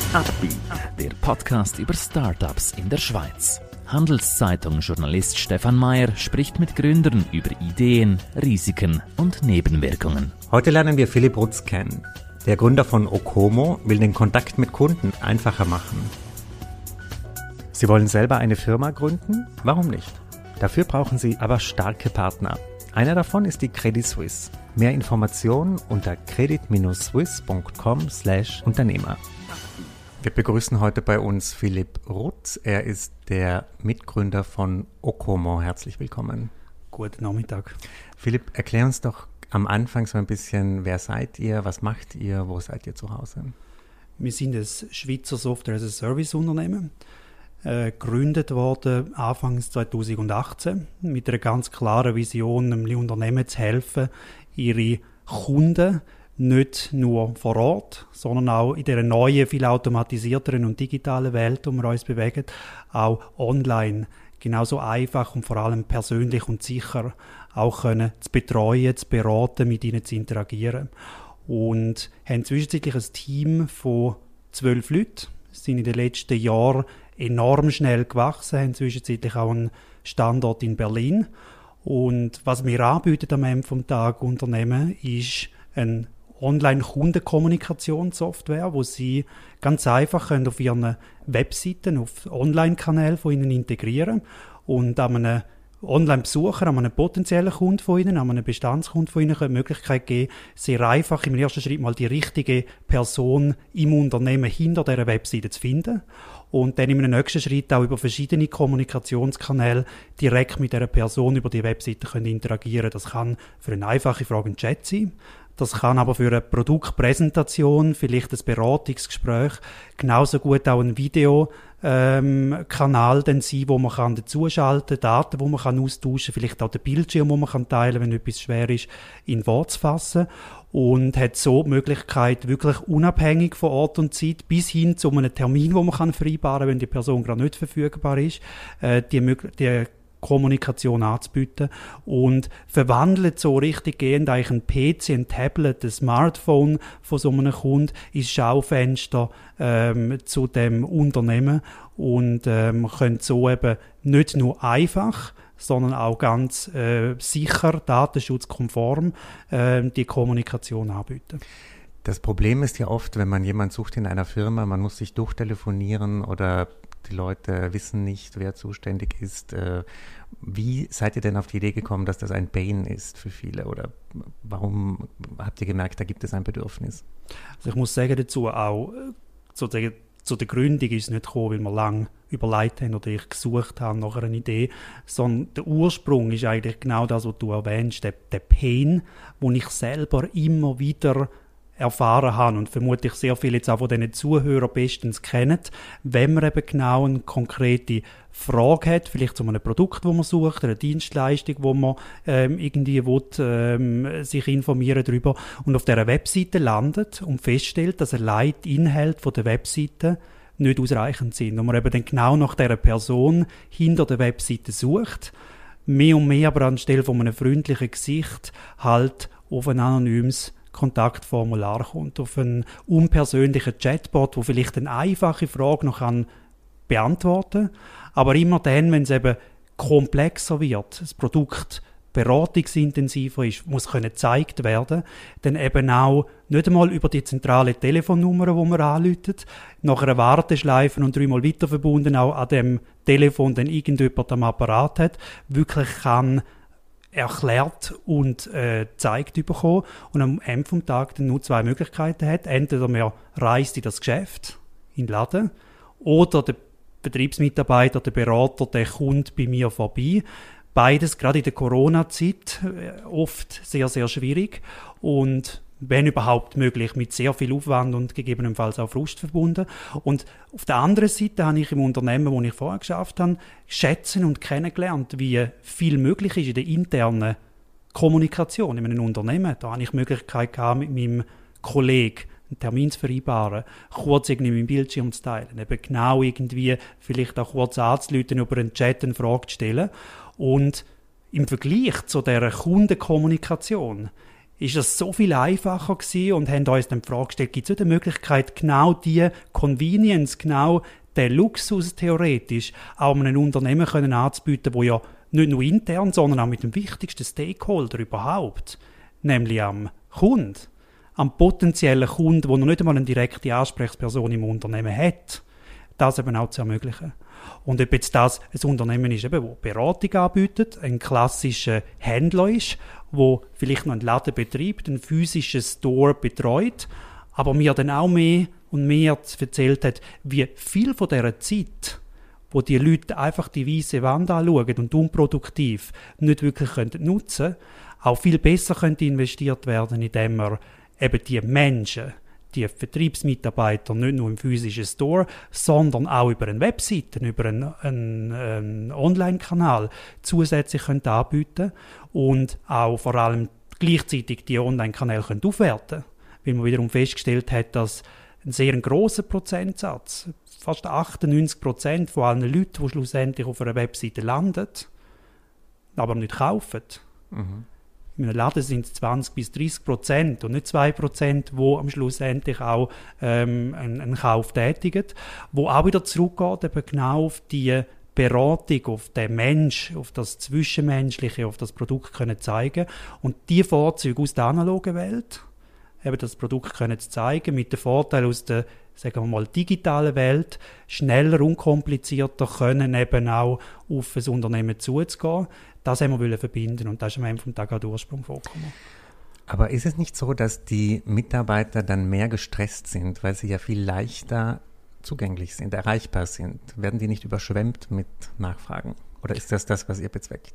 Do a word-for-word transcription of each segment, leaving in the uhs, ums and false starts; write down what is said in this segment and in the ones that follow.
Upbeat, der Podcast über Startups in der Schweiz. Handelszeitung-Journalist Stefan Mayer spricht mit Gründern über Ideen, Risiken und Nebenwirkungen. Heute lernen wir Philipp Rutz kennen. Der Gründer von Okomo will den Kontakt mit Kunden einfacher machen. Sie wollen selber eine Firma gründen? Warum nicht? Dafür brauchen Sie aber starke Partner. Einer davon ist die Credit Suisse. Mehr Informationen unter credit suisse punkt com slash Unternehmer. Wir begrüßen heute bei uns Philipp Rutz. Er ist der Mitgründer von Okomo. Herzlich willkommen. Guten Nachmittag. Philipp, erklär uns doch am Anfang so ein bisschen, wer seid ihr, was macht ihr, wo seid ihr zu Hause? Wir sind ein Schweizer Software-as-a-Service-Unternehmen, äh, gegründet worden Anfang zweitausendachtzehn mit einer ganz klaren Vision, einem Unternehmen zu helfen, ihre Kunden nicht nur vor Ort, sondern auch in dieser neuen, viel automatisierteren und digitalen Welt, in der wir uns bewegen, auch online genauso einfach und vor allem persönlich und sicher auch können zu betreuen, zu beraten, mit ihnen zu interagieren. Und haben zwischenzeitlich ein Team von zwölf Leuten, sind in den letzten Jahren enorm schnell gewachsen, haben zwischenzeitlich auch einen Standort in Berlin. Und was wir anbieten am Ende des Tages Unternehmen, ist ein Online-Kundenkommunikationssoftware, wo Sie ganz einfach können auf Ihren Webseiten, auf Online-Kanälen von Ihnen integrieren und an einem Online-Besucher, an einem potenziellen Kunden von Ihnen, an einem Bestandskunden von Ihnen die Möglichkeit geben, sehr einfach im ersten Schritt mal die richtige Person im Unternehmen hinter dieser Webseite zu finden und dann in einem nächsten Schritt auch über verschiedene Kommunikationskanäle direkt mit dieser Person über die Webseite können interagieren. Das kann für eine einfache Frage ein Chat sein. Das kann aber für eine Produktpräsentation, vielleicht ein Beratungsgespräch, genauso gut auch ein Videokanal ähm, dann sein, wo man kann dazuschalten, Daten, wo man kann austauschen, vielleicht auch den Bildschirm, wo man kann teilen, wenn etwas schwer ist, in Wort zu fassen. Und hat so die Möglichkeit, wirklich unabhängig von Ort und Zeit, bis hin zu einem Termin, wo man kann vereinbaren kann, wenn die Person gerade nicht verfügbar ist, äh, die, die Kommunikation anzubieten und verwandelt so richtig gehend eigentlich ein P C, ein Tablet, ein Smartphone von so einem Kunden ins Schaufenster ähm, zu dem Unternehmen und ähm, können so eben nicht nur einfach, sondern auch ganz äh, sicher, datenschutzkonform äh, die Kommunikation anbieten. Das Problem ist ja oft, wenn man jemanden sucht in einer Firma, man muss sich durchtelefonieren oder die Leute wissen nicht, wer zuständig ist. Wie seid ihr denn auf die Idee gekommen, dass das ein Pain ist für viele? Oder warum habt ihr gemerkt, da gibt es ein Bedürfnis? Also ich muss sagen dazu auch, sozusagen zu der Gründung ist es nicht gekommen, weil wir lange überlegt haben oder ich gesucht habe nach einer Idee, sondern der Ursprung ist eigentlich genau das, was du erwähnst, der, der Pain, den ich selber immer wieder erfahren habe und vermutlich sehr viele jetzt auch von diesen Zuhörern bestens kennen, wenn man eben genau eine konkrete Frage hat, vielleicht zu einem Produkt, das man sucht, einer Dienstleistung, wo man ähm, irgendwie will, ähm, sich informieren darüber und auf dieser Webseite landet und feststellt, dass allein die Inhalte von der Webseite nicht ausreichend sind und man eben dann genau nach dieser Person hinter der Webseite sucht, mehr und mehr aber anstelle von einem freundlichen Gesicht halt auf ein anonymes Kontaktformular kommt, auf einen unpersönlichen Chatbot, wo vielleicht eine einfache Frage noch kann beantworten, aber immer dann, wenn es eben komplexer wird, das Produkt beratungsintensiver ist, muss können gezeigt werden, dann eben auch nicht einmal über die zentrale Telefonnummer, wo man anruft, nach einer Warteschleife und dreimal weiter verbunden auch an dem Telefon, den irgendjemand am Apparat hat, wirklich kann erklärt und äh, gezeigt bekommen und am Ende des Tages dann nur zwei Möglichkeiten hat. Entweder man reist in das Geschäft, in den Laden, oder der Betriebsmitarbeiter, der Berater, der kommt bei mir vorbei. Beides, gerade in der Corona-Zeit, oft sehr, sehr schwierig und wenn überhaupt möglich, mit sehr viel Aufwand und gegebenenfalls auch Frust verbunden. Und auf der anderen Seite habe ich im Unternehmen, wo ich vorher geschafft habe, schätzen und kennengelernt, wie viel möglich ist in der internen Kommunikation in einem Unternehmen. Da habe ich die Möglichkeit gehabt, mit meinem Kollegen einen Termin zu vereinbaren, kurz irgendwie meinen Bildschirm zu teilen, eben genau irgendwie vielleicht auch kurz anzuleiten, über einen Chat eine Frage zu stellen. Und im Vergleich zu dieser Kundenkommunikation ist es so viel einfacher gewesen und haben uns dann die Frage gestellt, gibt es nicht die Möglichkeit, genau diese Convenience, genau den Luxus theoretisch auch einem Unternehmen können anzubieten, wo ja nicht nur intern, sondern auch mit dem wichtigsten Stakeholder überhaupt, nämlich am Kunden, am potenziellen Kunden, der noch nicht einmal eine direkte Ansprechperson im Unternehmen hat, das eben auch zu ermöglichen. Und ob jetzt das ein Unternehmen ist, eben, das Beratung anbietet, ein klassischer Händler ist, der vielleicht noch einen Laden betreibt, einen physischen Store betreut, aber mir dann auch mehr und mehr erzählt hat, wie viel von dieser Zeit, wo die Leute einfach die weiße Wand anschauen und unproduktiv nicht wirklich nutzen können, auch viel besser könnte investiert werden, indem man eben die Menschen, die Vertriebsmitarbeiter nicht nur im physischen Store, sondern auch über eine Webseite, über einen, einen, einen Online-Kanal zusätzlich könnte anbieten und auch vor allem gleichzeitig die Online-Kanäle könnte aufwerten, weil man wiederum festgestellt hat, dass ein sehr grosser Prozentsatz, fast achtundneunzig Prozent von allen Leuten, die schlussendlich auf einer Webseite landen, aber nicht kaufen. Mhm. In einem Laden sind es zwanzig bis dreißig Prozent und nicht zwei Prozent, die am Schluss endlich auch ähm, einen, einen Kauf tätigen, wo auch wieder zurückgeht eben genau auf die Beratung, auf den Mensch, auf das Zwischenmenschliche, auf das Produkt können zeigen und die Vorzüge aus der analogen Welt, eben das Produkt können zu zeigen, mit dem Vorteil aus der, sagen wir mal, digitalen Welt, schneller, unkomplizierter können eben auch auf ein Unternehmen zuzugehen. Das haben wir wollen verbinden und das ist am Ende vom Tag auch der Ursprung vorgekommen. Aber ist es nicht so, dass die Mitarbeiter dann mehr gestresst sind, weil sie ja viel leichter zugänglich sind, erreichbar sind? Werden die nicht überschwemmt mit Nachfragen? Oder ist das das, was ihr bezweckt?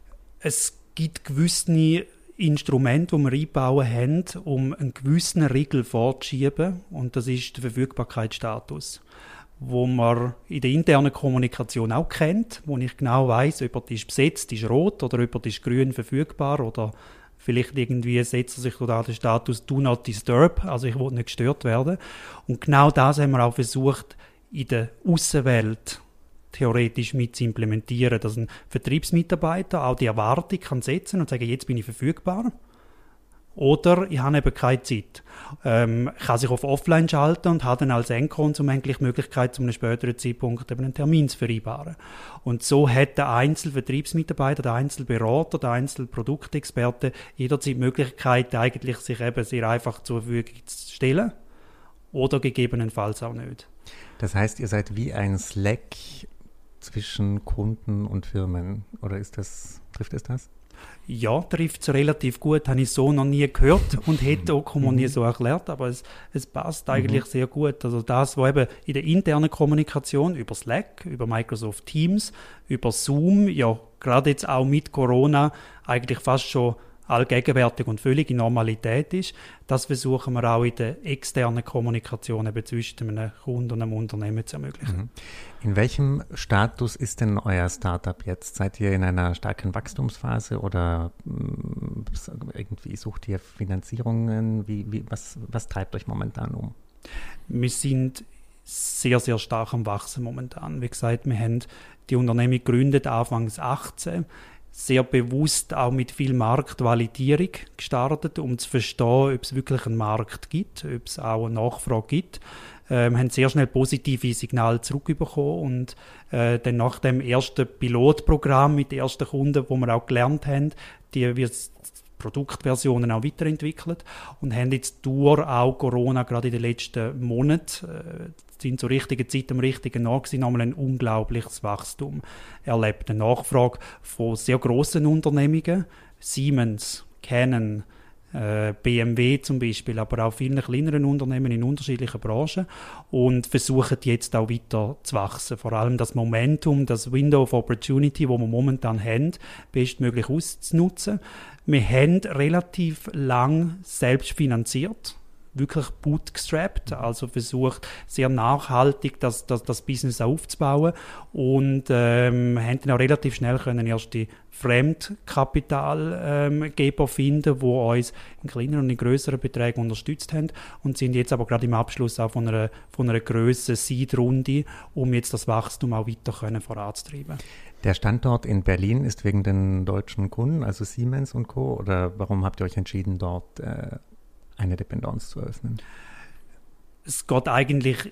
Es gibt gewisse Instrumente, die wir einbauen haben, um einen gewissen Riegel vorzuschieben und das ist der Verfügbarkeitsstatus, wo man in der internen Kommunikation auch kennt, wo ich genau weiss, ob er ist besetzt, ist rot oder ob er ist grün verfügbar oder vielleicht irgendwie setzt er sich da den Status Do Not Disturb, also ich will nicht gestört werden. Und genau das haben wir auch versucht, in der Aussenwelt theoretisch mit zu implementieren, dass ein Vertriebsmitarbeiter auch die Erwartung kann setzen und sagen, jetzt bin ich verfügbar. Oder ich habe eben keine Zeit. Ähm, ich kann sich auf Offline schalten und habe dann als Endkonsument die Möglichkeit, zu einem späteren Zeitpunkt eben einen Termin zu vereinbaren. Und so hat der Einzelvertriebsmitarbeiter, der Einzelberater, der Einzelproduktexperte jederzeit die Möglichkeit, eigentlich sich eben sehr einfach zur Verfügung zu stellen. Oder gegebenenfalls auch nicht. Das heißt, ihr seid wie ein Slack zwischen Kunden und Firmen. Oder ist das, trifft es das? Ja, trifft es relativ gut, habe ich so noch nie gehört und hätte auch noch nie so erklärt, aber es, es passt eigentlich mhm. sehr gut. Also das, was eben in der internen Kommunikation über Slack, über Microsoft Teams, über Zoom, ja gerade jetzt auch mit Corona eigentlich fast schon allgegenwärtig und völlige Normalität ist, das versuchen wir auch in der externen Kommunikation eben zwischen einem Kunden und einem Unternehmen zu ermöglichen. In welchem Status ist denn euer Startup jetzt? Seid ihr in einer starken Wachstumsphase oder irgendwie sucht ihr Finanzierungen? Wie, wie, was, was treibt euch momentan um? Wir sind sehr, sehr stark am Wachsen momentan. Wie gesagt, wir haben die Unternehmung gegründet Anfang achtzehn, sehr bewusst auch mit viel Marktvalidierung gestartet, um zu verstehen, ob es wirklich einen Markt gibt, ob es auch eine Nachfrage gibt. Äh, wir haben sehr schnell positive Signale zurückbekommen und äh, dann nach dem ersten Pilotprogramm mit den ersten Kunden, wo wir auch gelernt haben, die wir Produktversionen auch weiterentwickelt und haben jetzt durch auch Corona gerade in den letzten Monaten äh, sind zur richtigen Zeit am richtigen Ort gewesen, nochmal ein unglaubliches Wachstum erlebt. Eine Nachfrage von sehr grossen Unternehmungen, Siemens, Canon, äh, B M W zum Beispiel, aber auch vielen kleineren Unternehmen in unterschiedlichen Branchen und versuchen jetzt auch weiter zu wachsen. Vor allem das Momentum, das Window of Opportunity, das wir momentan haben, bestmöglich auszunutzen. Wir haben relativ lang selbst finanziert, wirklich bootstrapped, also versucht, sehr nachhaltig das, das, das Business aufzubauen und ähm, haben dann auch relativ schnell können erste Fremdkapitalgeber ähm, finden, die uns in kleineren und in grösseren Beträgen unterstützt haben und sind jetzt aber gerade im Abschluss auch von einer, von einer grösseren Seed-Runde, um jetzt das Wachstum auch weiter können voranzutreiben. Der Standort in Berlin ist wegen den deutschen Kunden, also Siemens und Co. Oder warum habt ihr euch entschieden, dort äh, eine Dependance zu eröffnen? Es geht eigentlich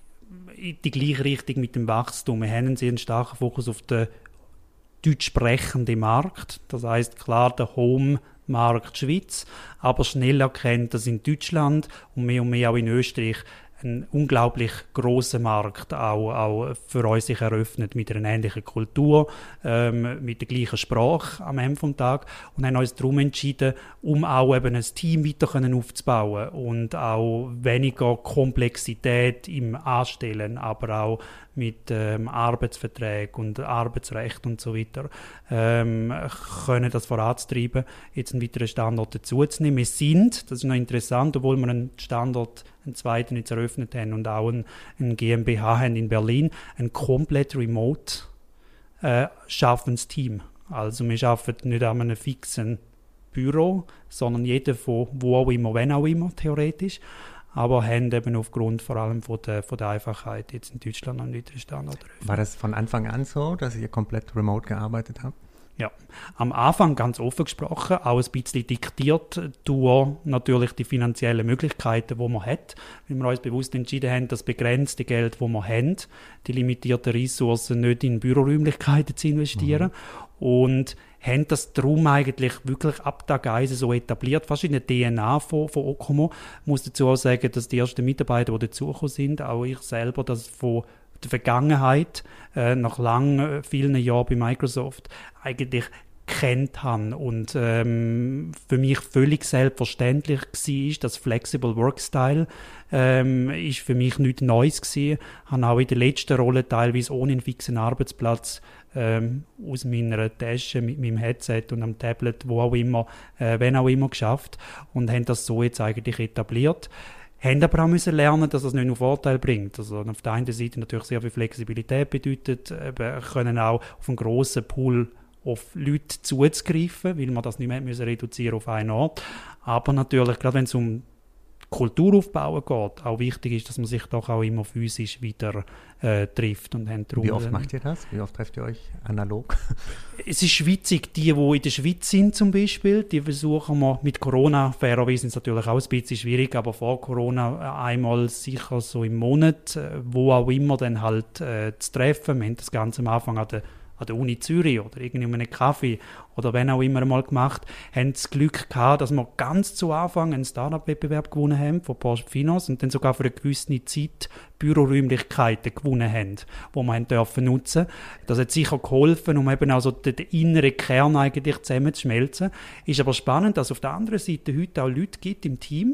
in die gleiche Richtung mit dem Wachstum. Wir haben einen sehr starken Fokus auf den deutsch sprechenden Markt. Das heisst, klar, der Home-Markt Schweiz, aber schnell erkennt, dass in Deutschland und mehr und mehr auch in Österreich ein unglaublich grosser Markt auch, auch für uns sich eröffnet mit einer ähnlichen Kultur, ähm, mit der gleichen Sprache am Ende des Tages und haben uns darum entschieden, um auch eben ein Team weiter aufzubauen und auch weniger Komplexität im Anstellen, aber auch mit ähm, Arbeitsverträgen und Arbeitsrecht und so weiter ähm, können das voranzutreiben, jetzt einen weiteren Standort dazuzunehmen. Wir sind, das ist noch interessant, obwohl wir einen Standort, einen zweiten jetzt eröffnet haben und auch ein, ein GmbH haben in Berlin, ein komplett remote äh, schaffendes Team. Also wir arbeiten nicht an einem fixen Büro, sondern jeder von wo auch immer, wenn auch immer, theoretisch. Aber haben eben aufgrund vor allem von der, von der Einfachheit jetzt in Deutschland noch einen weiteren Standort eröffnet. War das von Anfang an so, dass ihr komplett remote gearbeitet habt? Ja, am Anfang ganz offen gesprochen, auch ein bisschen diktiert durch natürlich die finanziellen Möglichkeiten, die man hat, weil wir uns bewusst entschieden haben, das begrenzte Geld, das wir haben, die limitierten Ressourcen nicht in Büroräumlichkeiten zu investieren mhm. und haben das darum eigentlich wirklich ab Tag eins so etabliert, fast in der D N A von, von Okomo. Ich muss dazu auch sagen, dass die ersten Mitarbeiter, die dazugekommen sind, auch ich selber, das von der Vergangenheit, äh, nach lang, vielen Jahren bei Microsoft, eigentlich kennt haben und ähm, für mich völlig selbstverständlich war, dass Flexible Work-Style ähm, ist für mich nichts Neues gewesen. Ich habe auch in der letzten Rolle teilweise ohne einen fixen Arbeitsplatz ähm, aus meiner Tasche mit meinem Headset und am Tablet, wo auch immer, äh, wenn auch immer geschafft und haben das so jetzt eigentlich etabliert. Haben aber auch müssen lernen, dass das nicht nur Vorteile bringt. Also auf der einen Seite natürlich sehr viel Flexibilität bedeutet, eben können auch auf einen grossen Pool auf Leute zuzugreifen, weil man das nicht mehr müssen reduzieren auf einen Ort. Aber natürlich, gerade wenn es um Kulturaufbauen geht, auch wichtig ist, dass man sich doch auch immer physisch wieder äh, trifft. Und haben Wie oft macht ihr das? Wie oft trefft ihr euch analog? Es ist schwitzig, die, die in der Schweiz sind zum Beispiel, die versuchen wir mit Corona, fairerweise ist es natürlich auch ein bisschen schwierig, aber vor Corona einmal sicher so im Monat, wo auch immer dann halt äh, zu treffen. Wir haben das Ganze am Anfang an der an der Uni Zürich oder irgendwie um einen Kaffee oder wenn auch immer mal gemacht, haben das Glück gehabt, dass wir ganz zu Anfang einen Startup-Wettbewerb gewonnen haben von Porsche Finance und dann sogar für eine gewisse Zeit Büroräumlichkeiten gewonnen haben, die wir haben dürfen nutzen. Das hat sicher geholfen, um eben auch so den, den inneren Kern eigentlich zusammenzuschmelzen. Ist aber spannend, dass es auf der anderen Seite heute auch Leute gibt im Team,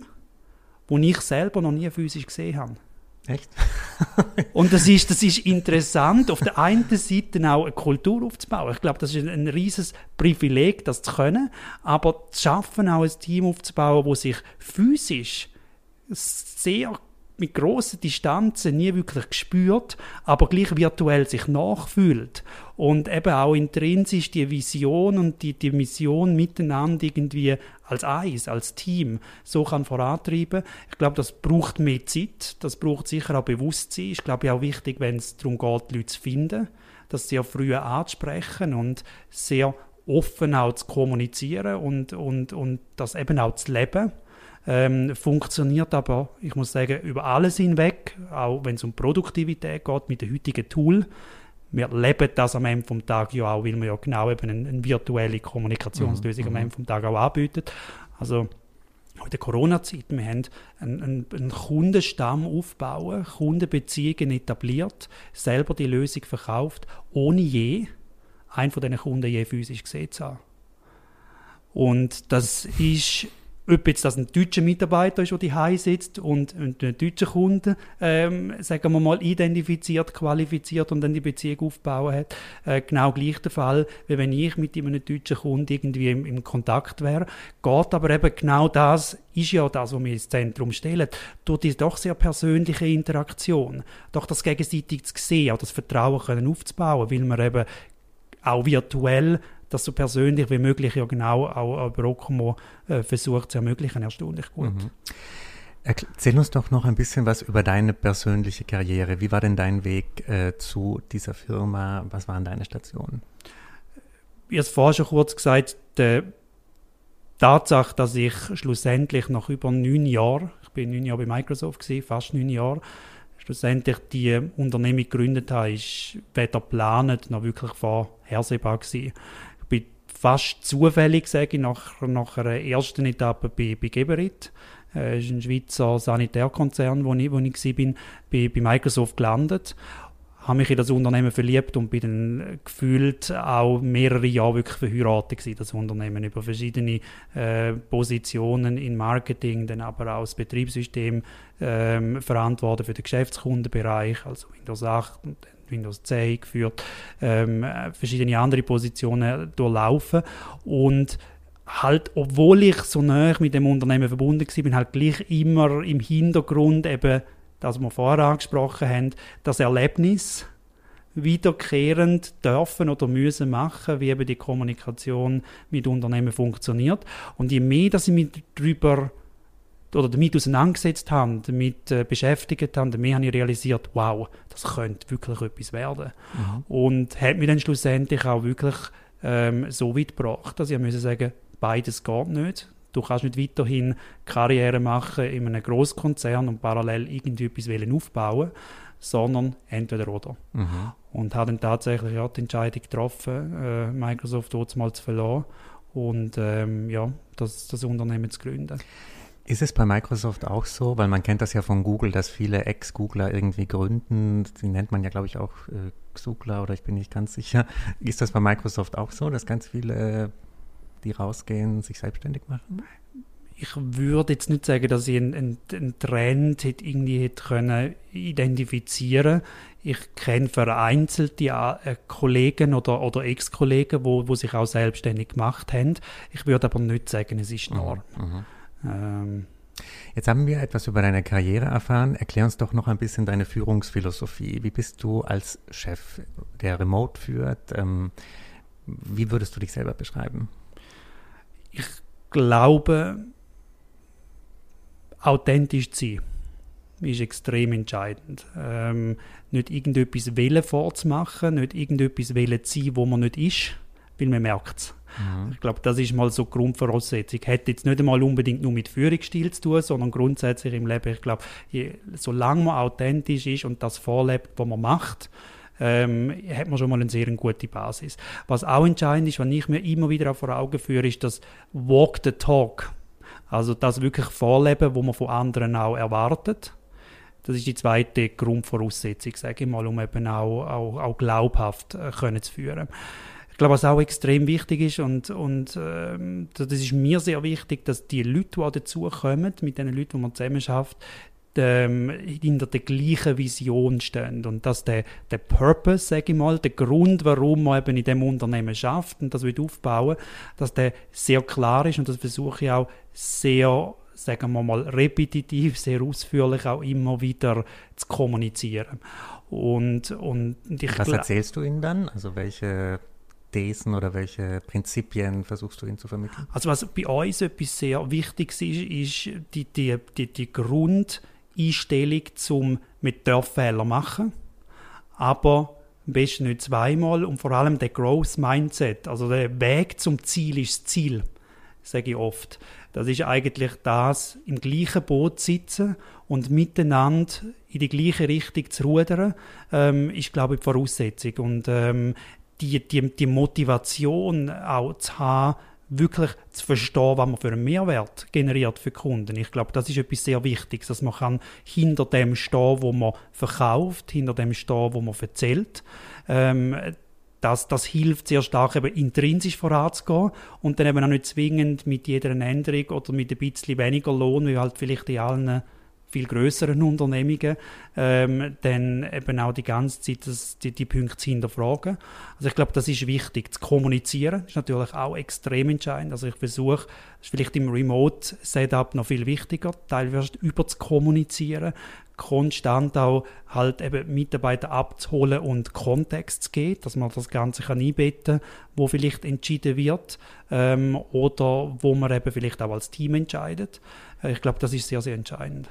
die ich selber noch nie physisch gesehen habe. Echt? Und das ist, das ist interessant, auf der einen Seite auch eine Kultur aufzubauen. Ich glaube, das ist ein, ein riesiges Privileg, das zu können, aber zu schaffen, auch ein Team aufzubauen, das sich physisch sehr mit grossen Distanzen nie wirklich spürt, aber gleich virtuell sich nachfühlt und eben auch intrinsisch die Vision und die, die Mission miteinander irgendwie als eins, als Team so kann vorantreiben. Ich glaube, das braucht mehr Zeit, das braucht sicher auch Bewusstsein. Ich glaube auch wichtig, wenn es darum geht, Leute zu finden, das sehr früh anzusprechen und sehr offen auch zu kommunizieren und, und, und das eben auch zu leben. Ähm, funktioniert aber, ich muss sagen, über alles hinweg, auch wenn es um Produktivität geht, mit den heutigen Tools. Wir leben das am Ende des Tages ja auch, weil wir ja genau eben eine, eine virtuelle Kommunikationslösung mhm. am Ende des Tages auch anbieten. Also in der Corona-Zeit, wir haben einen, einen, einen Kundenstamm aufgebaut, Kundenbeziehungen etabliert, selber die Lösung verkauft, ohne je einen von diesen Kunden je physisch gesehen zu haben. Und das ist... Ob jetzt das ein deutscher Mitarbeiter ist, der daheim sitzt und einen deutschen Kunden, ähm, sagen wir mal, identifiziert, qualifiziert und dann die Beziehung aufbauen hat. Äh, genau gleich der Fall, wie wenn ich mit einem deutschen Kunden irgendwie im, im Kontakt wäre. Geht aber eben genau das, ist ja das, was wir ins Zentrum stellen, durch die doch sehr persönliche Interaktion, doch das gegenseitig zu sehen, auch das Vertrauen können aufzubauen, weil man eben auch virtuell das so persönlich wie möglich ja genau auch über Okomo äh, versucht zu ermöglichen, erstaunlich gut. Mhm. Erzähl uns doch noch ein bisschen was über deine persönliche Karriere. Wie war denn dein Weg äh, zu dieser Firma? Was waren deine Stationen? Ich habe es vorhin schon kurz gesagt, die Tatsache, dass ich schlussendlich nach über neun Jahren, ich bin neun Jahre bei Microsoft gewesen, fast neun Jahre, schlussendlich die Unternehmung gegründet habe, ist weder geplant noch wirklich vorhersehbar gewesen. Ich bin fast zufällig, sage ich, nach, nach einer ersten Etappe bei, bei Geberit. Das ist ein Schweizer Sanitärkonzern, wo ich, wo ich war, bei, bei Microsoft gelandet. Habe mich in das Unternehmen verliebt und bin dann gefühlt auch mehrere Jahre wirklich verheiratet gewesen, das Unternehmen, über verschiedene äh, Positionen in Marketing, dann aber auch das Betriebssystem ähm, verantwortet für den Geschäftskundenbereich, also Windows acht und Windows zehn geführt, ähm, verschiedene andere Positionen durchlaufen und halt, obwohl ich so nahe mit dem Unternehmen verbunden war, bin halt gleich immer im Hintergrund eben, das wir vorher angesprochen haben, das Erlebnis wiederkehrend dürfen oder müssen machen, wie eben die Kommunikation mit Unternehmen funktioniert. Und je mehr, dass ich mich darüber oder damit auseinandergesetzt habe, damit äh, beschäftigt habe, mehr habe ich realisiert, wow, das könnte wirklich etwas werden. Mhm. Und hat mich dann schlussendlich auch wirklich ähm, so weit gebracht, dass ich musste sagen, beides geht nicht. Du kannst nicht weiterhin Karriere machen in einem Grosskonzern und parallel irgendwie etwas aufbauen, sondern entweder oder. Mhm. Und habe dann tatsächlich ja, die Entscheidung getroffen, äh, Microsoft dort mal zu verlassen und ähm, ja, das, das Unternehmen zu gründen. Ist es bei Microsoft auch so? Weil man kennt das ja von Google, dass viele Ex-Googler irgendwie gründen. Die nennt man ja, glaube ich, auch äh, Xugler oder ich bin nicht ganz sicher. Ist das bei Microsoft auch so, dass ganz viele, die rausgehen, sich selbstständig machen? Ich würde jetzt nicht sagen, dass ich einen, einen, einen Trend hätte irgendwie hätte können identifizieren. Ich kenne vereinzelte äh, Kollegen oder, oder Ex-Kollegen, wo, wo sich auch selbstständig gemacht haben. Ich würde aber nicht sagen, es ist Norm. Mhm. Ähm, Jetzt haben wir etwas über deine Karriere erfahren. Erklär uns doch noch ein bisschen deine Führungsphilosophie. Wie bist du als Chef, der remote führt? Ähm, wie würdest du dich selber beschreiben? Ich glaube, authentisch zu sein ist extrem entscheidend. Ähm, nicht irgendetwas wollen vorzumachen, nicht irgendetwas wollen zu sein, wo man nicht ist, weil man merkt es. Mhm. Ich glaube, das ist mal so die Grundvoraussetzung. Hat jetzt nicht einmal unbedingt nur mit Führungsstil zu tun, sondern grundsätzlich im Leben. Ich glaube, je, solange man authentisch ist und das vorlebt, was man macht, ähm, hat man schon mal eine sehr gute Basis. Was auch entscheidend ist, was ich mir immer wieder auch vor Augen führe, ist das Walk the Talk. Also das wirklich Vorleben, was man von anderen auch erwartet. Das ist die zweite Grundvoraussetzung, sage ich mal, um eben auch, auch, auch glaubhaft äh, können zu führen. Ich glaube, was auch extrem wichtig ist und, und ähm, das ist mir sehr wichtig, dass die Leute, die dazukommen, mit den Leuten, die man zusammen schafft, ähm, hinter der gleichen Vision stehen und dass der, der Purpose, sage ich mal, der Grund, warum man eben in diesem Unternehmen schafft und das wird aufbauen, dass der sehr klar ist und das versuche ich auch sehr, sagen wir mal, repetitiv, sehr ausführlich auch immer wieder zu kommunizieren. Und, und ich Was erzählst du ihnen dann? Also welche Thesen oder welche Prinzipien versuchst du ihnen zu vermitteln? Also was bei uns etwas sehr Wichtiges ist, ist die, die, die, die Grundeinstellung zum mit dürfen Fehler machen, aber am besten nicht zweimal und vor allem der Growth Mindset, also der Weg zum Ziel ist das Ziel, sage ich oft. Das ist eigentlich das, im gleichen Boot sitzen und miteinander in die gleiche Richtung zu rudern, ähm, ist, glaube ich, die Voraussetzung. Und ähm, die, die, die Motivation auch zu haben, wirklich zu verstehen, was man für einen Mehrwert generiert für Kunden. Ich glaube, das ist etwas sehr Wichtiges, dass man kann hinter dem stehen, wo man verkauft, hinter dem stehen, wo man erzählt. Ähm, das, das hilft sehr stark, eben intrinsisch voranzugehen und dann eben auch nicht zwingend mit jeder Änderung oder mit ein bisschen weniger Lohn, wie halt vielleicht in allen viel grösseren Unternehmungen, ähm, dann eben auch die ganze Zeit das, die, die Punkte zu hinterfragen. Also ich glaube, das ist wichtig, zu kommunizieren. Das ist natürlich auch extrem entscheidend. Also ich versuche, das ist vielleicht im Remote-Setup noch viel wichtiger, teilweise über zu kommunizieren, konstant auch halt eben Mitarbeiter abzuholen und Kontext zu geben, dass man das Ganze kann einbetten kann, wo vielleicht entschieden wird ähm, oder wo man eben vielleicht auch als Team entscheidet. Äh, ich glaube, das ist sehr, sehr entscheidend.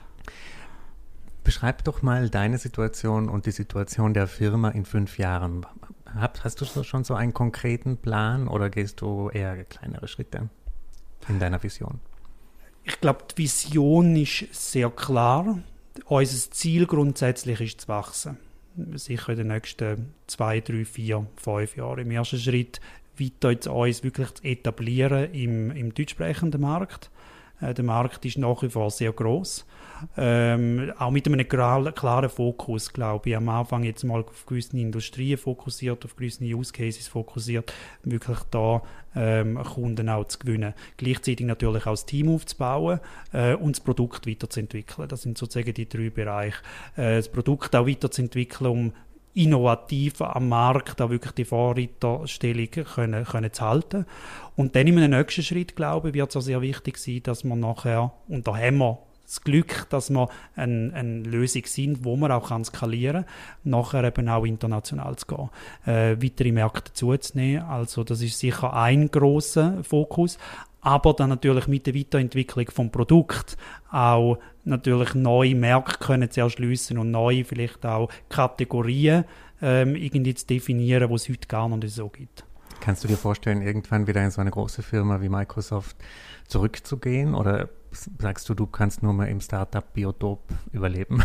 Beschreib doch mal deine Situation und die Situation der Firma in fünf Jahren. Hast du schon so einen konkreten Plan oder gehst du eher kleinere Schritte in deiner Vision? Ich glaube, die Vision ist sehr klar. Unser Ziel grundsätzlich ist zu wachsen. Sicher in den nächsten zwei, drei, vier, fünf Jahren. Im ersten Schritt weiter jetzt uns wirklich zu etablieren im, im deutschsprechenden Markt. Äh, der Markt ist nach wie vor sehr gross. Ähm, auch mit einem klaren Fokus, glaube ich. Am Anfang jetzt mal auf gewisse Industrien fokussiert, auf gewisse Use Cases fokussiert, wirklich da ähm, Kunden auch zu gewinnen. Gleichzeitig natürlich auch das Team aufzubauen äh, und das Produkt weiterzuentwickeln. Das sind sozusagen die drei Bereiche. Äh, das Produkt auch weiterzuentwickeln, um innovativ am Markt auch wirklich die Vorreiterstellung können, können zu halten. Und dann in einem nächsten Schritt, glaube ich, wird es auch sehr wichtig sein, dass man nachher, und da haben wir das Glück, dass wir eine, eine Lösung sind, wo man auch kann skalieren kann, nachher eben auch international zu gehen, äh, weitere Märkte zuzunehmen. Also das ist sicher ein grosser Fokus, aber dann natürlich mit der Weiterentwicklung vom Produkt auch natürlich neue Märkte können zu erschliessen und neue vielleicht auch Kategorien ähm, irgendwie zu definieren, die es heute gar noch nicht so gibt. Kannst du dir vorstellen, irgendwann wieder in so eine große Firma wie Microsoft zurückzugehen oder sagst du, du kannst nur mal im Startup-Biotop überleben?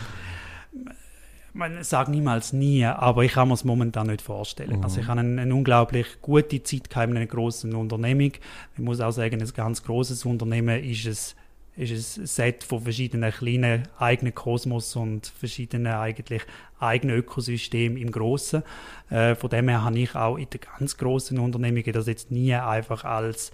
Man sagt niemals nie, aber ich kann mir es momentan nicht vorstellen. Mhm. Also ich habe eine, eine unglaublich gute Zeit gehabt in einer grossen Unternehmung. Ich muss auch sagen, ein ganz grosses Unternehmen ist es ist ein Set von verschiedenen kleinen eigenen Kosmos und verschiedenen eigentlich eigenen Ökosystemen im Grossen. Äh, von dem her habe ich auch in den ganz grossen Unternehmungen das jetzt nie einfach als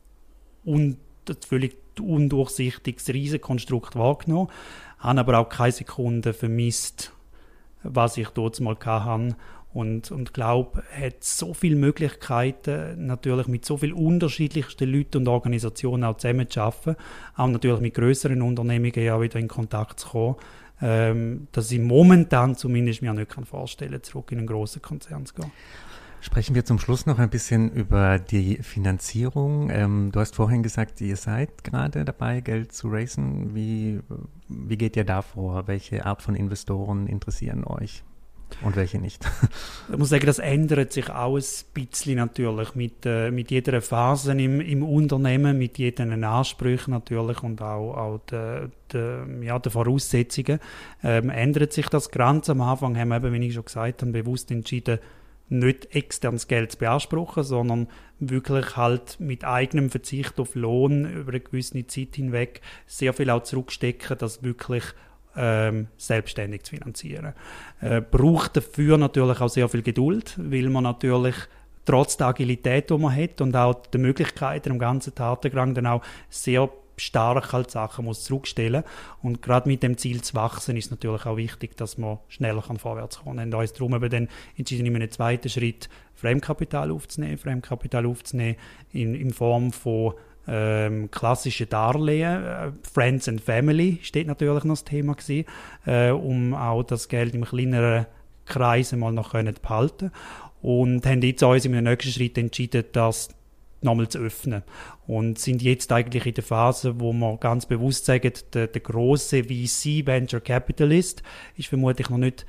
un- völlig undurchsichtiges Riesenkonstrukt wahrgenommen, habe aber auch keine Sekunde vermisst, was ich dort mal hatte. Und, und glaube, hat so viele Möglichkeiten, natürlich mit so vielen unterschiedlichsten Leuten und Organisationen auch zusammen zu arbeiten, auch natürlich mit grösseren Unternehmungen ja wieder in Kontakt zu kommen, ähm, dass ich momentan zumindest mir nicht vorstellen kann, zurück in einen grossen Konzern zu gehen. Sprechen wir zum Schluss noch ein bisschen über die Finanzierung. Ähm, du hast vorhin gesagt, ihr seid gerade dabei, Geld zu raisen. Wie, wie geht ihr da vor? Welche Art von Investoren interessieren euch? Und welche nicht? Ich muss sagen, das ändert sich auch ein bisschen natürlich mit, äh, mit jeder Phase im, im Unternehmen, mit jedem Ansprüchen natürlich und auch, auch den de, ja, de Voraussetzungen. Ähm, ändert sich das Ganze. Am Anfang haben wir eben, wie ich schon gesagt habe, bewusst entschieden, nicht externes Geld zu beanspruchen, sondern wirklich halt mit eigenem Verzicht auf Lohn über eine gewisse Zeit hinweg sehr viel auch zurückstecken, dass wirklich Ähm, selbstständig zu finanzieren. Äh, braucht dafür natürlich auch sehr viel Geduld, weil man natürlich trotz der Agilität, die man hat und auch der Möglichkeiten im ganzen Tatengang dann auch sehr stark halt Sachen muss zurückstellen. Und gerade mit dem Ziel zu wachsen ist natürlich auch wichtig, dass man schneller kann vorwärts kommen kann. Und uns darum eben dann entschieden, in einem zweiten Schritt Fremdkapital aufzunehmen, Fremdkapital aufzunehmen in, in Form von Ähm, klassische Darlehen, äh, Friends and Family steht natürlich noch das Thema gewesen, äh, um auch das Geld im kleineren Kreis mal noch können behalten und haben jetzt uns im nächsten Schritt entschieden, das nochmal zu öffnen und sind jetzt eigentlich in der Phase, wo wir ganz bewusst sagen, der, der grosse V C Venture Capitalist ist vermutlich noch nicht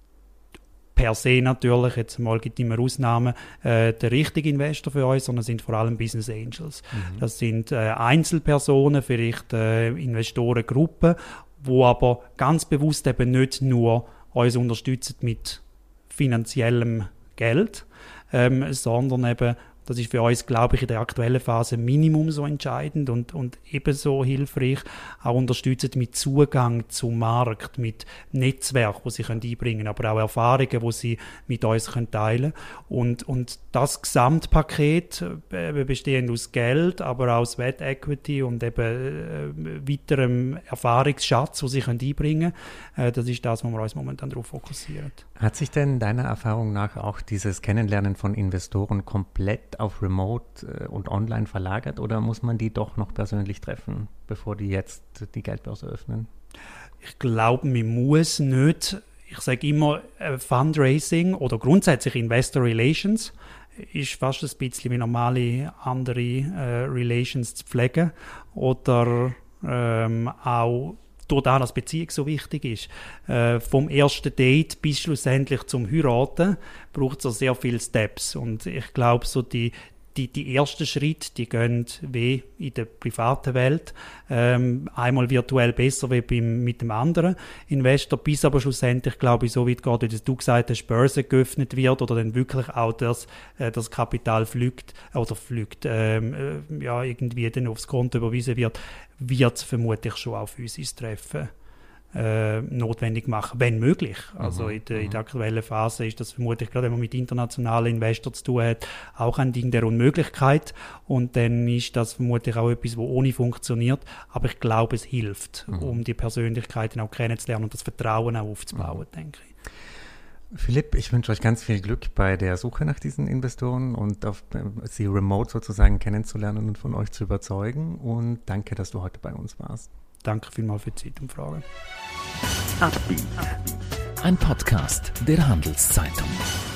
per se natürlich, jetzt mal gibt es immer Ausnahmen, äh, der richtige Investor für uns, sondern sind vor allem Business Angels. Mhm. Das sind äh, Einzelpersonen, vielleicht äh, Investorengruppen, die aber ganz bewusst eben nicht nur uns unterstützen mit finanziellem Geld, ähm, sondern eben Das ist für uns, glaube ich, in der aktuellen Phase Minimum so entscheidend und, und ebenso hilfreich. Auch unterstützen mit Zugang zum Markt, mit Netzwerk, wo sie können einbringen können, aber auch Erfahrungen, die sie mit uns können teilen können. Und, und das Gesamtpaket, äh, bestehend aus Geld, aber auch Sweat Equity und eben äh, weiterem Erfahrungsschatz, den sie können einbringen können, äh, das ist das, wo wir uns momentan darauf fokussieren. Hat sich denn deiner Erfahrung nach auch dieses Kennenlernen von Investoren komplett auf Remote äh, und Online verlagert oder muss man die doch noch persönlich treffen, bevor die jetzt die Geldbörse öffnen? Ich glaube, man muss nicht, ich sage immer, äh, Fundraising oder grundsätzlich Investor Relations ist fast ein bisschen wie normale andere äh, Relations zu pflegen oder ähm, auch durch das, dass Beziehung so wichtig ist. Äh, vom ersten Date bis schlussendlich zum Heiraten braucht es so sehr viele Steps. Und ich glaube, so die, die, die ersten Schritte, die gehen wie in der privaten Welt. Ähm, einmal virtuell besser wie beim, mit dem anderen Investor, bis aber schlussendlich, glaube ich, so weit geht, wie du gesagt hast, Börse geöffnet wird oder dann wirklich auch das, äh, das Kapital flügt oder flügt, ähm, äh, ja, irgendwie dann aufs Konto überwiesen wird, wird es vermutlich schon auf physisch Treffen äh, notwendig machen, wenn möglich. Also mhm. in, der, in der aktuellen Phase ist das vermutlich, gerade wenn man mit internationalen Investoren zu tun hat, auch ein Ding der Unmöglichkeit. Und dann ist das vermutlich auch etwas, was ohne funktioniert. Aber ich glaube, es hilft, mhm. um die Persönlichkeiten auch kennenzulernen und das Vertrauen auch aufzubauen, mhm. denke ich. Philipp, ich wünsche euch ganz viel Glück bei der Suche nach diesen Investoren und auf, sie remote sozusagen kennenzulernen und von euch zu überzeugen. Und danke, dass du heute bei uns warst. Danke vielmals für die Zeit und Fragen. Ein Podcast der Handelszeitung.